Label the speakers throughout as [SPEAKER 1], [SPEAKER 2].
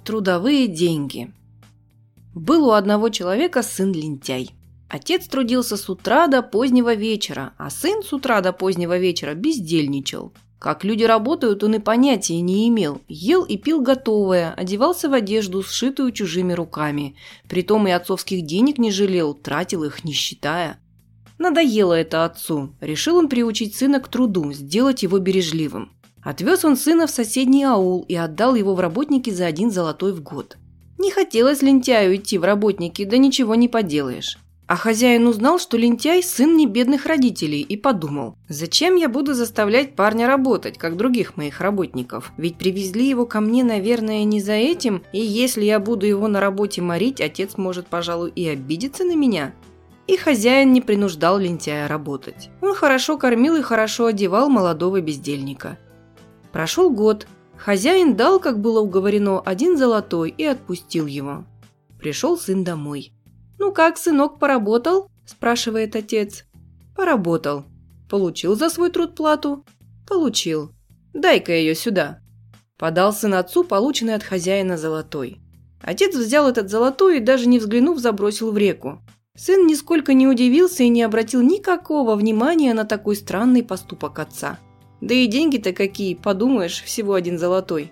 [SPEAKER 1] Трудовые деньги. Был у одного человека сын-лентяй. Отец трудился с утра до позднего вечера, а сын с утра до позднего вечера бездельничал. Как люди работают, он и понятия не имел. Ел и пил готовое, одевался в одежду, сшитую чужими руками. Притом и отцовских денег не жалел, тратил их, не считая. Надоело это отцу. Решил он приучить сына к труду, сделать его бережливым. Отвез он сына в соседний аул и отдал его в работники за 1 золотой в год. Не хотелось лентяю идти в работники, да ничего не поделаешь. А хозяин узнал, что лентяй – сын небедных родителей, и подумал: зачем я буду заставлять парня работать, как других моих работников? Ведь привезли его ко мне, наверное, не за этим, и если я буду его на работе морить, отец может, пожалуй, и обидеться на меня. И хозяин не принуждал лентяя работать. Он хорошо кормил и хорошо одевал молодого бездельника. Прошел год. Хозяин дал, как было уговорено, 1 золотой и отпустил его. Пришел сын домой. «Ну как, сынок, поработал?» – спрашивает отец. «Поработал». «Получил за свой труд плату?» «Получил». «Дай-ка ее сюда». Подал сын отцу полученный от хозяина золотой. Отец взял этот золотой и, даже не взглянув, забросил в реку. Сын нисколько не удивился и не обратил никакого внимания на такой странный поступок отца. Да и деньги-то какие, подумаешь, всего 1 золотой.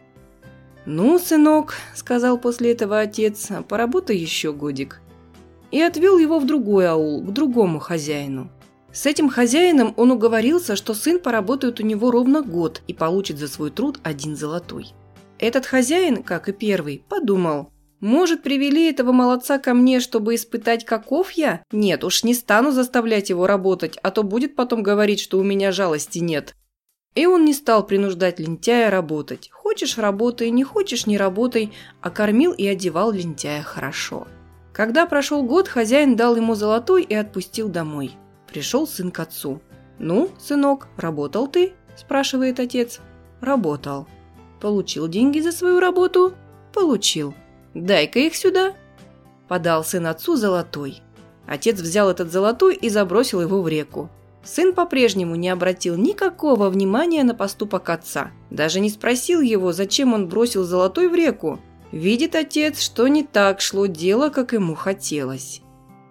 [SPEAKER 1] «Ну, сынок», – сказал после этого отец, – «поработай еще годик». И отвел его в другой аул, к другому хозяину. С этим хозяином он уговорился, что сын поработает у него ровно год и получит за свой труд 1 золотой. Этот хозяин, как и первый, подумал: может, привели этого молодца ко мне, чтобы испытать, каков я? Нет, уж не стану заставлять его работать, а то будет потом говорить, что у меня жалости нет. И он не стал принуждать лентяя работать. Хочешь – работай, не хочешь – не работай, а кормил и одевал лентяя хорошо. Когда прошел год, хозяин дал ему золотой и отпустил домой. Пришел сын к отцу. «Ну, сынок, работал ты?» – спрашивает отец. «Работал». «Получил деньги за свою работу?» «Получил». «Дай-ка их сюда». Подал сын отцу золотой. Отец взял этот золотой и забросил его в реку. Сын по-прежнему не обратил никакого внимания на поступок отца. Даже не спросил его, зачем он бросил золотой в реку. Видит отец, что не так шло дело, как ему хотелось.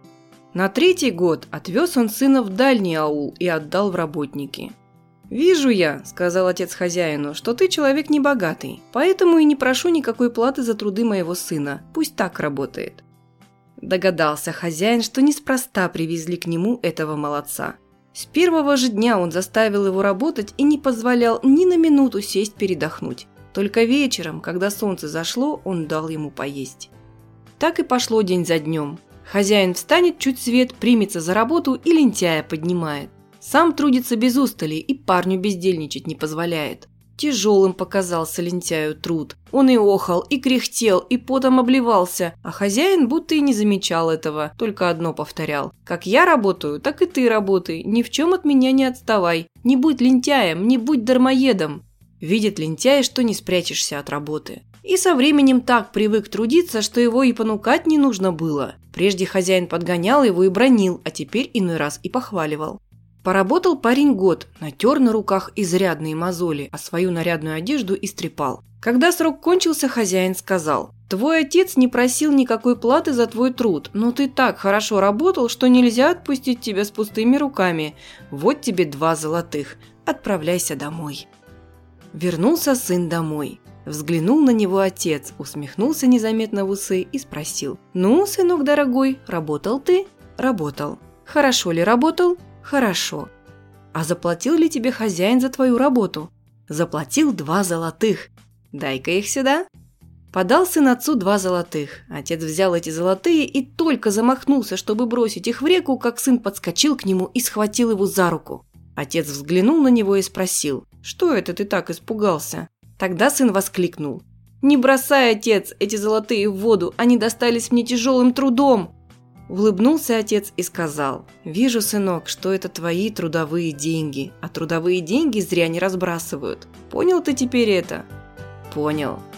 [SPEAKER 1] На 3-й год отвез он сына в дальний аул и отдал в работники. «Вижу я, – сказал отец хозяину, – что ты человек небогатый, поэтому и не прошу никакой платы за труды моего сына, пусть так работает». Догадался хозяин, что неспроста привезли к нему этого молодца. С первого же дня он заставил его работать и не позволял ни на минуту сесть передохнуть. Только вечером, когда солнце зашло, он дал ему поесть. Так и пошло день за днем. Хозяин встанет чуть свет, примется за работу и лентяя поднимает. Сам трудится без устали и парню бездельничать не позволяет. Тяжелым показался лентяю труд. Он и охал, и кряхтел, и потом обливался, а хозяин будто и не замечал этого, только одно повторял: «Как я работаю, так и ты работай, ни в чем от меня не отставай, не будь лентяем, не будь дармоедом». Видит лентяй, что не спрячешься от работы. И со временем так привык трудиться, что его и понукать не нужно было. Прежде хозяин подгонял его и бранил, а теперь иной раз и похваливал. Поработал парень год, натер на руках изрядные мозоли, а свою нарядную одежду истрепал. Когда срок кончился, хозяин сказал: «Твой отец не просил никакой платы за твой труд, но ты так хорошо работал, что нельзя отпустить тебя с пустыми руками. Вот тебе 2 золотых, отправляйся домой». Вернулся сын домой. Взглянул на него отец, усмехнулся незаметно в усы и спросил: «Ну, сынок дорогой, работал ты?» «Работал». «Хорошо ли работал?» «Хорошо». «А заплатил ли тебе хозяин за твою работу?» «Заплатил 2 золотых». «Дай-ка их сюда». Подал сын отцу 2 золотых. Отец взял эти золотые и только замахнулся, чтобы бросить их в реку, как сын подскочил к нему и схватил его за руку. Отец взглянул на него и спросил: «Что это ты так испугался?» Тогда сын воскликнул: «Не бросай, отец, эти золотые в воду, они достались мне тяжелым трудом». Улыбнулся отец и сказал: «Вижу, сынок, что это твои трудовые деньги, а трудовые деньги зря не разбрасывают. Понял ты теперь это?» «Понял».